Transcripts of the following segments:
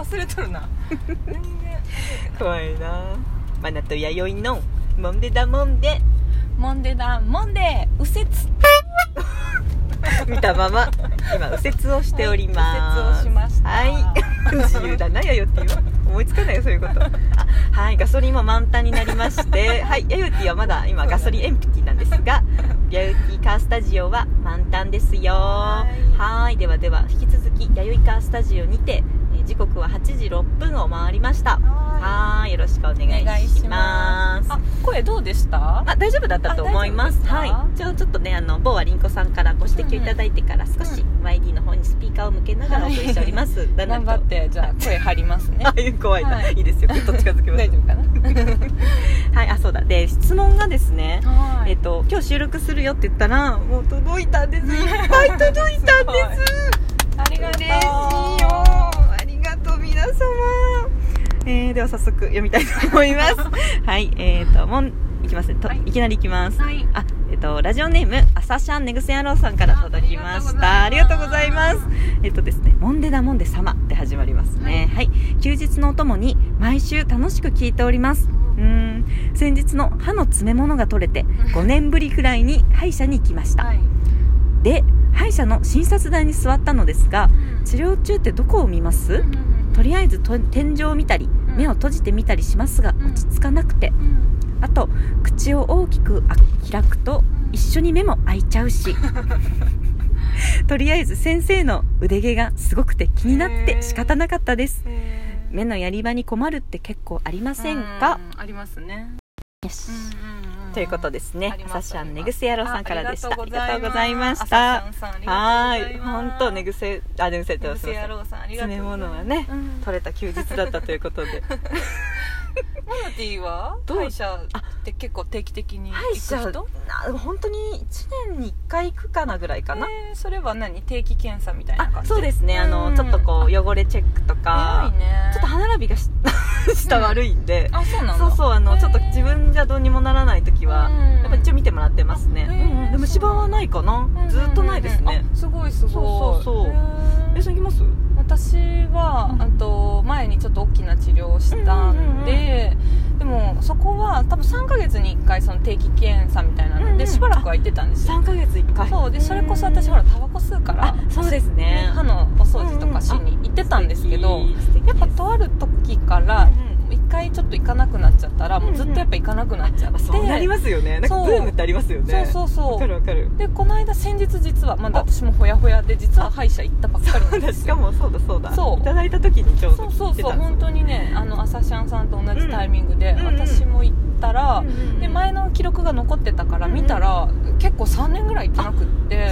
忘れとるな全然怖いな。マナと弥生のモンデだモンデモンデだモンデ右折見たまま今右折をしております、 はい、右折をしました。 はい自由だなやよっていう思いつかないよそういうことはい、ガソリンも満タンになりましてはい、ヤヨティはまだ今ガソリンエンプティなんですがヤヨティカースタジオは満タンですよ。はい、ではでは引き続き弥生カースタジオにて時刻は8時6分を回りました。はい、よろしくお願いします。 あ、声どうでした？ 大丈夫だったと思います。はい、ちょっとね某はりんこさんからご指摘をいただいてから少し YD の方にスピーカーを向けながらお送りしております、 頑張ってじゃあ声張りますね怖いな、はい、いいですよ、ぐっと近づきます大丈夫かなはい、そうだ。で質問がですね、今日収録するよって言ったらもう届いたんです。いっぱい届いたんですありがとう。 嬉しいよ、ありがとう皆様。では早速読みたいと思いますはいもういきますね、いきなりいきます、はい、ラジオネーム朝シャンネグセ野郎さんから届きました。ありがとうございます。ですね、モンデだモンデ様って始まりますね。はい、休日のお供に毎週楽しく聞いております。先日の歯の詰め物が取れて5年ぶりくらいに歯医者に行きました、はい、で歯医者の診察台に座ったのですが、治療中ってどこを見ます？とりあえず天井を見たり目を閉じてみたりしますが落ち着かなくて、あと口を大きく開くと一緒に目も開いちゃうしとりあえず先生の腕毛がすごくて気になって仕方なかったです。目のやり場に困るって結構ありませんか？ ありますね。 よし、ということですね。朝シャンネグセ野郎さんからでした。ありがとうございました。はい、本当ネグセって野郎さんありがとう。詰め物はね、取れた休日だったということで。 マナティは歯医者って結構定期的に行く人？ 本当に1年に1回行くかなぐらいかな。 それは何？定期検査みたいな感じ？ そうですね、ちょっとこう汚れチェックとか、ちょっと歯並びが下悪いんで、 そうなんだ。 そうちょっと自分じゃどうにもならない時はやっぱ一応見てもらってますね。でも虫歯はないかな、ずっとないですね。 すごいそう行きます？ 私は前にちょっと大きな治療をしたんで、でもそこは多分3ヶ月に1回その定期検査みたいなのでしばらくは行ってたんですよ。 3ヶ月1回。 そうで、それこそ私ほらタバコ吸うからそうですね、 歯のお掃除とかしに行ってたんですけど、やっぱとある時から1回ちょっと行かなくなっちゃったらもうずっとやっぱ行かなくなっちゃって、 そうなりますよね。なんかブームってありますよね。 そうわかるわかる。 でこの間先日実はまだ私もほやほやで実は歯医者行ったばっかりなんですよ。 しかもそうだいただいた時にちょうどそう本当にね、朝シャンさんと同じタイミングで私も行ったら、で前の記録が残ってたから見たら結構3年ぐらい行ってなくって、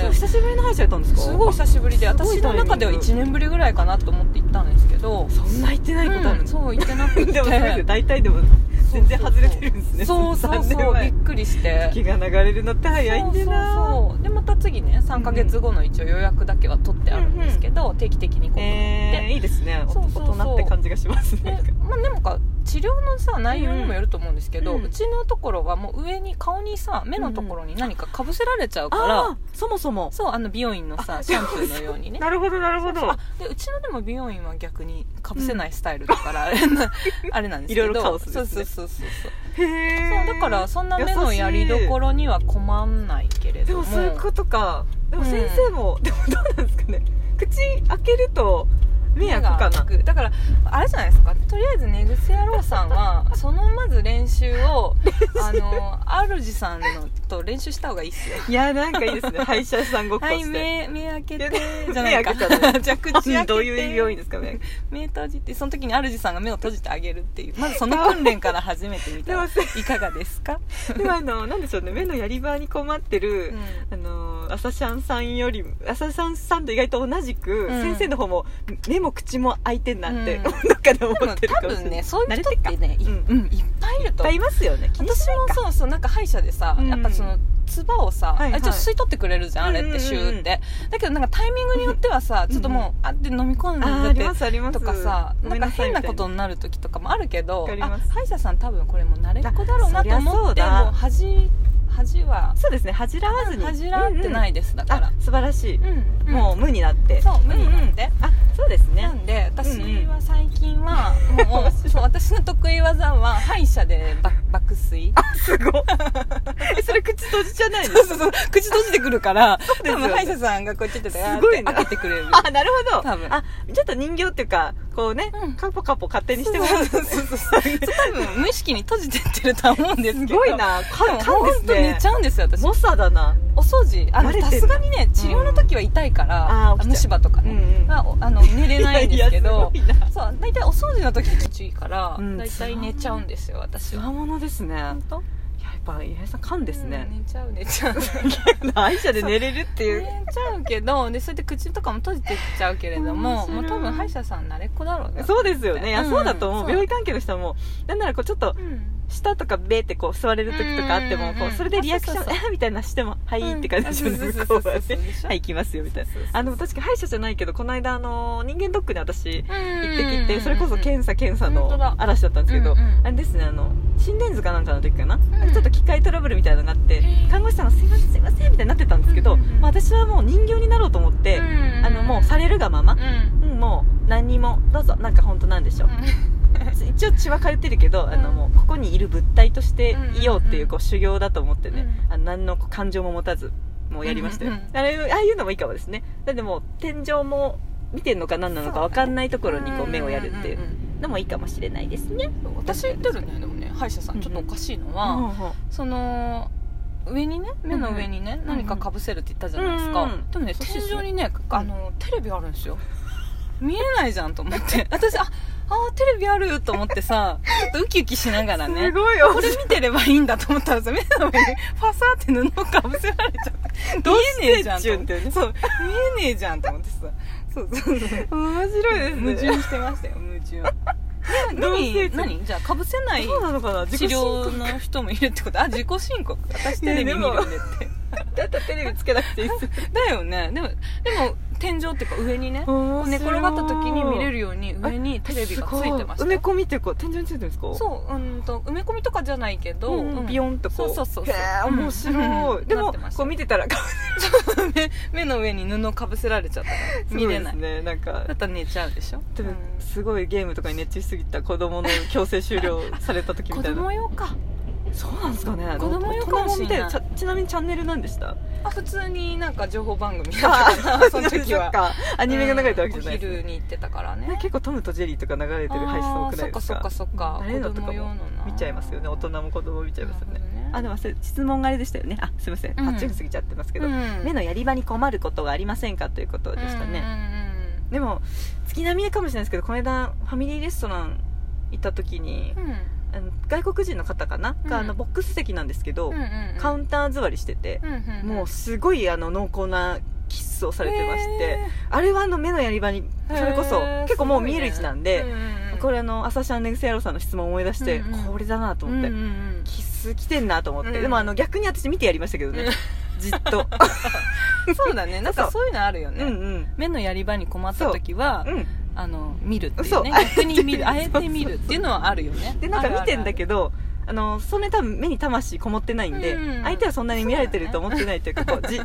久しぶりの歯医者やったんですか？ すごい久しぶりで、私の中では1年ぶりぐらいかなと思って行ったんですけど、 そんな行ってないことある？ そう行ってなくてでも大体でも全然外れてるんですね。 そうびっくりして時が流れるのって早いんでな。 そうでまた次ね3ヶ月後の一応予約だけは取ってあるんですけど、定期的にこう取っていいですね。大人って感じがしますね。 でも治療のさ内容にもよると思うんですけど、うちのところはもう上に顔にさ目のところに何かかぶせられちゃうから、そもそもそう美容院のさシャンプーのようにね。 なるほどでうちのでも美容院は逆にかぶせないスタイルだからあれなんですけど、 いろいろカオスですね。 そうだからそんな目のやりどころには困んないけれども、 でもそういうことか。でも先生も、でもどうなんですかね、口開けると目開くかな。 だからあれじゃないですか、とりあえず寝癖野郎さんはそのまず練習を主さんのと練習した方がいいっすよ。 いやなんかいいですね歯医者さんごっこして、 目開けてじゃないかじゃあ口開けてどういう美容院ですかね。 目閉じてその時に主さんが目を閉じてあげるっていう、まずその訓練から始めてみたらいかがですか？ でもなんでしょうね、目のやり場に困ってる、朝シャンさんより朝シャンさんと意外と同じく、先生の方も目も口も開いてんなって、どっかで思ってるかもしれない。多分ねそういう人ってねいっぱいいると。いっぱいいますよね。私もそうなんか歯医者でさ、やっぱその唾をさ、ちょっと吸い取ってくれるじゃん、あれってシューって、だけどなんかタイミングによってはさ、ちょっともうって飲み込んでてとかさ、なんか変なことになる時とかもあるけど、歯医者さん多分これも慣れっこだろうなと思って、もう恥はそうですね、恥じらわずに恥じらってないです。だから素晴らしい、もう無になって、 そう無になって、 そうですね。 なんで私は最近私の得意技は歯医者で爆睡。 すごいそれ口閉じじゃないの？ そう口閉じてくるから多分歯医者さんがこうやってて開けてくれる。 なるほど。 多分ちょっと人形っていうかこうね、カポカポ勝手にしてもらう。 そう多分無意識に閉じてってると思うんですけど。 すごいな。 本当寝ちゃうんですよ私。 猛者だな。 お掃除さすがにね治療の時は痛いから虫歯とかね寝れないんですけど、そう大体お掃除の時きついから大体寝ちゃうんですよ私は。 つわものですね。 本当？ やっぱ岩井さん勘ですね。 寝ちゃう歯医者で寝れるっていう。 寝ちゃうけどでそれで口とかも閉じてっちゃうけれども、もう多分歯医者さん慣れっこだろうね。 そうですよね。いやそうだと思う。病院関係の人はもうなんならこうちょっと舌とかベーってこう座れる時とかあってもこうそれでリアクションみたいなしてもはいって感じで向こうはねはい行きますよみたいな。確か歯医者じゃないけどこの間人間ドックに私行ってきて、それこそ検査の嵐だったんですけど、あれですね心電図かなんかの時かな、ちょっと機械トラブルみたいなのがあって看護師さんがすいませんみたいになってたんですけど、私はもう人形になろうと思ってもうされるがままもう何にもどうぞなんか本当なんでしょう一応血は通ってるけどもうここにいる物体としていようっていうこう修行だと思ってね、何の感情も持たずもうやりましたよ。ああいうのもいいかもですね。だってもう天井も見てんのか何なのか分かんないところにこう目をやるっていうのもいいかもしれないですね。 私言ってるね。でもね歯医者さんちょっとおかしいのは、その上にね目の上にね何か被せるって言ったじゃないですか。でもね天井にねテレビあるんですよ。見えないじゃんと思って私テレビあると思ってさちょっとウキウキしながらねすごいよこれ見てればいいんだと思ったらさ目の上にファサーって布をかぶせられちゃって見えねえじゃんと思ってそう見えねえじゃんと思ってさそう面白いですね。矛盾してましたよ矛盾何じゃあかぶせない治療の人もいるってこと？自己申告私テレビ見るんでってだったらテレビつけなくていいですだよね。でも天井っていうか上にね寝転がった時に見れるように上にテレビがついてました。 埋め込みっていうか天井についてるんですか？ そう埋め込みとかじゃないけどビヨンとこうそうへえ面白い。でもこう見てたら目の上に布かぶせられちゃったから見れないね。なんかだったら寝ちゃうでしょ。 でもすごいゲームとかに熱中しすぎた子供の強制終了された時みたいな。 子供用か。 そうなんですかね。 子供用かもしれない。 ちなみにチャンネルなんでした？ 普通になんか情報番組だったかなその時はアニメが流れたわけじゃない。 お昼に行ってたからね。 結構トムとジェリーとか流れてる配信多くないですか？ そっかあれのとかも見ちゃいますよね。大人も子供も見ちゃいますよね。でも質問があれでしたよね。すいません8分過ぎちゃってますけど、目のやり場に困ることがありませんかということでしたね。でも月並みかもしれないですけどこの間ファミリーレストラン行った時に外国人の方かながボックス席なんですけどカウンター座りしててもうすごい濃厚なキスをされてまして、あれは目のやり場にそれこそ結構もう見える位置なんで、これ朝シャンネグセアロさんの質問を思い出してこれだなと思ってキス来てんなと思って、でも逆に私見てやりましたけどねじっとそうだね。なんかそういうのあるよね。目のやり場に困った時は見るっていうね。逆に見るあえて見るっていうのはあるよね。 でなんか見てんだけどそんなに多分目に魂こもってないんで相手はそんなに見られてると思ってないというかこうそう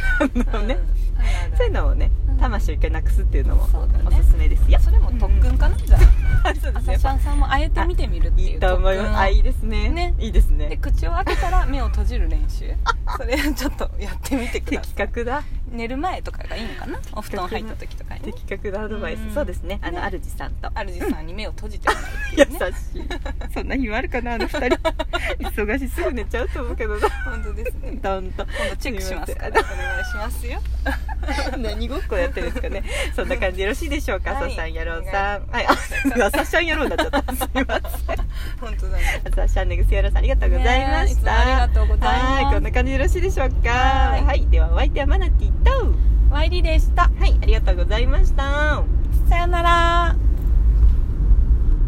いうのをね魂を一回なくすっていうのもおすすめですよ。 それも特訓かなじゃあ朝シャンさんもあえて見てみるっていう特訓をいいですね。いいですね。 で口を開けたら目を閉じる練習それをちょっとやってみてください。 的確だ。 寝る前とかがいいのかなお布団入った時とかに的確なアドバイス。そうですね。主さんに目を閉じてもらうっていうね。 優しい。そんな日もあるかな2人忙しすぐ寝ちゃうと思うけどな。 本当ですね。 今度チェックしますからお願いしますよ。 何ごっこやってるんですかね。そんな感じでよろしいでしょうか。朝シャン野郎さん。朝シャン野郎になっちゃった。すみません。 本当だね。 朝シャンネグセアロさんありがとうございました。 ありがとうございます。 こんな感じでよろしいでしょうか。はい。ではお相手はマナティとワイリでした。 はい、ありがとうございました。 さよなら。